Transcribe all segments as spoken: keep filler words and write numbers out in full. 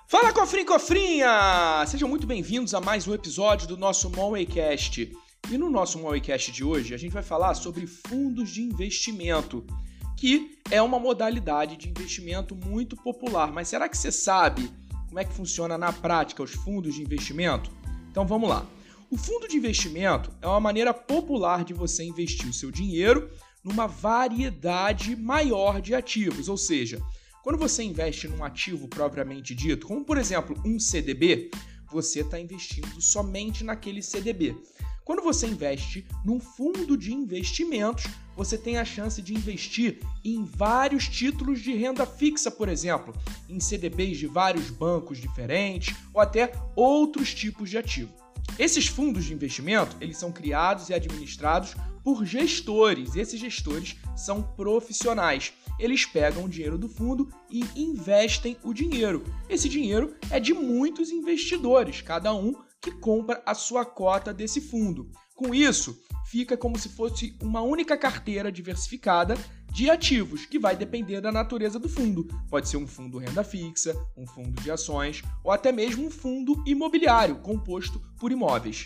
Fala, cofrinho e cofrinha! Sejam muito bem-vindos a mais um episódio do nosso Moneycast. E no nosso Moneycast de hoje, a gente vai falar sobre fundos de investimento, que é uma modalidade de investimento muito popular. Mas será que você sabe como é que funciona na prática os fundos de investimento? Então vamos lá. O fundo de investimento é uma maneira popular de você investir o seu dinheiro numa variedade maior de ativos, ou seja, quando você investe num ativo propriamente dito, como por exemplo um C D B, você está investindo somente naquele C D B. Quando você investe num fundo de investimentos, você tem a chance de investir em vários títulos de renda fixa, por exemplo, em C D Bs de vários bancos diferentes ou até outros tipos de ativo. Esses fundos de investimento, eles são criados e administrados por gestores. Esses gestores são profissionais. Eles pegam o dinheiro do fundo e investem o dinheiro. Esse dinheiro é de muitos investidores, cada um que compra a sua cota desse fundo. Com isso, fica como se fosse uma única carteira diversificada de ativos, que vai depender da natureza do fundo. Pode ser um fundo renda fixa, um fundo de ações ou até mesmo um fundo imobiliário composto por imóveis.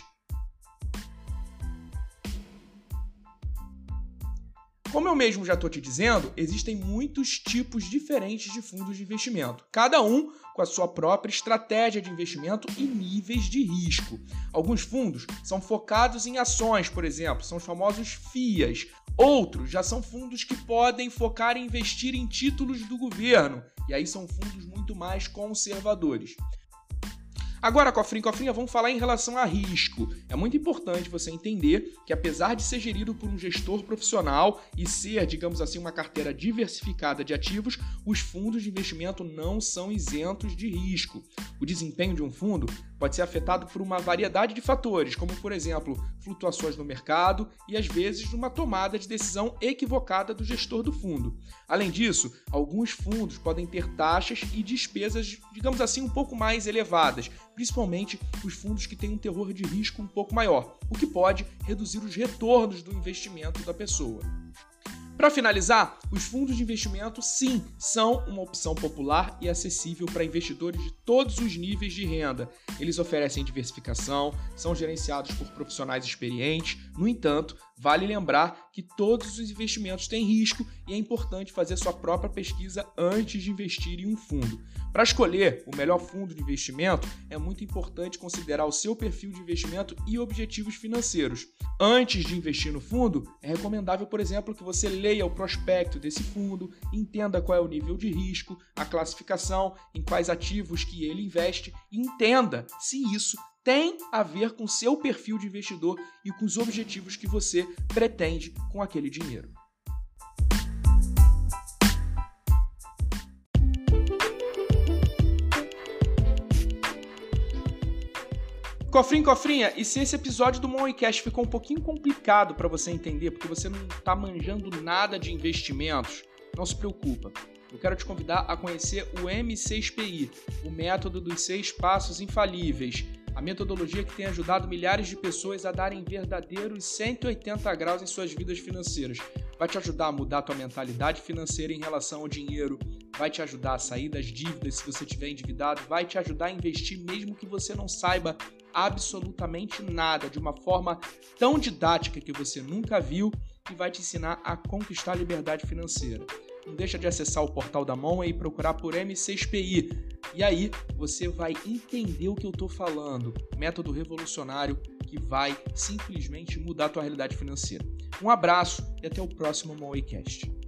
Como eu mesmo já estou te dizendo, existem muitos tipos diferentes de fundos de investimento, cada um com a sua própria estratégia de investimento e níveis de risco. Alguns fundos são focados em ações, por exemplo, são os famosos F I As. Outros já são fundos que podem focar em investir em títulos do governo, e aí são fundos muito mais conservadores. Agora, cofrinho e cofrinha, vamos falar em relação a risco. É muito importante você entender que, apesar de ser gerido por um gestor profissional e ser, digamos assim, uma carteira diversificada de ativos, os fundos de investimento não são isentos de risco. O desempenho de um fundo pode ser afetado por uma variedade de fatores, como, por exemplo, flutuações no mercado e, às vezes, uma tomada de decisão equivocada do gestor do fundo. Além disso, alguns fundos podem ter taxas e despesas, digamos assim, um pouco mais elevadas, principalmente os fundos que têm um teor de risco um pouco maior, o que pode reduzir os retornos do investimento da pessoa. Para finalizar, os fundos de investimento, sim, são uma opção popular e acessível para investidores de todos os níveis de renda. Eles oferecem diversificação, são gerenciados por profissionais experientes. No entanto, vale lembrar que todos os investimentos têm risco e é importante fazer sua própria pesquisa antes de investir em um fundo. Para escolher o melhor fundo de investimento, é muito importante considerar o seu perfil de investimento e objetivos financeiros. Antes de investir no fundo, é recomendável, por exemplo, que você leia o prospecto desse fundo, entenda qual é o nível de risco, a classificação, em quais ativos que ele investe e entenda se isso tem a ver com seu perfil de investidor e com os objetivos que você pretende com aquele dinheiro. Cofrinho e cofrinha, e se esse episódio do Moneycast ficou um pouquinho complicado para você entender, porque você não está manjando nada de investimentos, não se preocupa. Eu quero te convidar a conhecer o M seis P I, o método dos seis passos infalíveis, a metodologia que tem ajudado milhares de pessoas a darem verdadeiros cento e oitenta graus em suas vidas financeiras. Vai te ajudar a mudar a tua mentalidade financeira em relação ao dinheiro, vai te ajudar a sair das dívidas se você estiver endividado, vai te ajudar a investir mesmo que você não saiba absolutamente nada, de uma forma tão didática que você nunca viu e vai te ensinar a conquistar a liberdade financeira. Não deixa de acessar o portal da Money e procurar por M seis P I. E aí você vai entender o que eu estou falando. Método revolucionário que vai simplesmente mudar a tua realidade financeira. Um abraço e até o próximo Moneycast.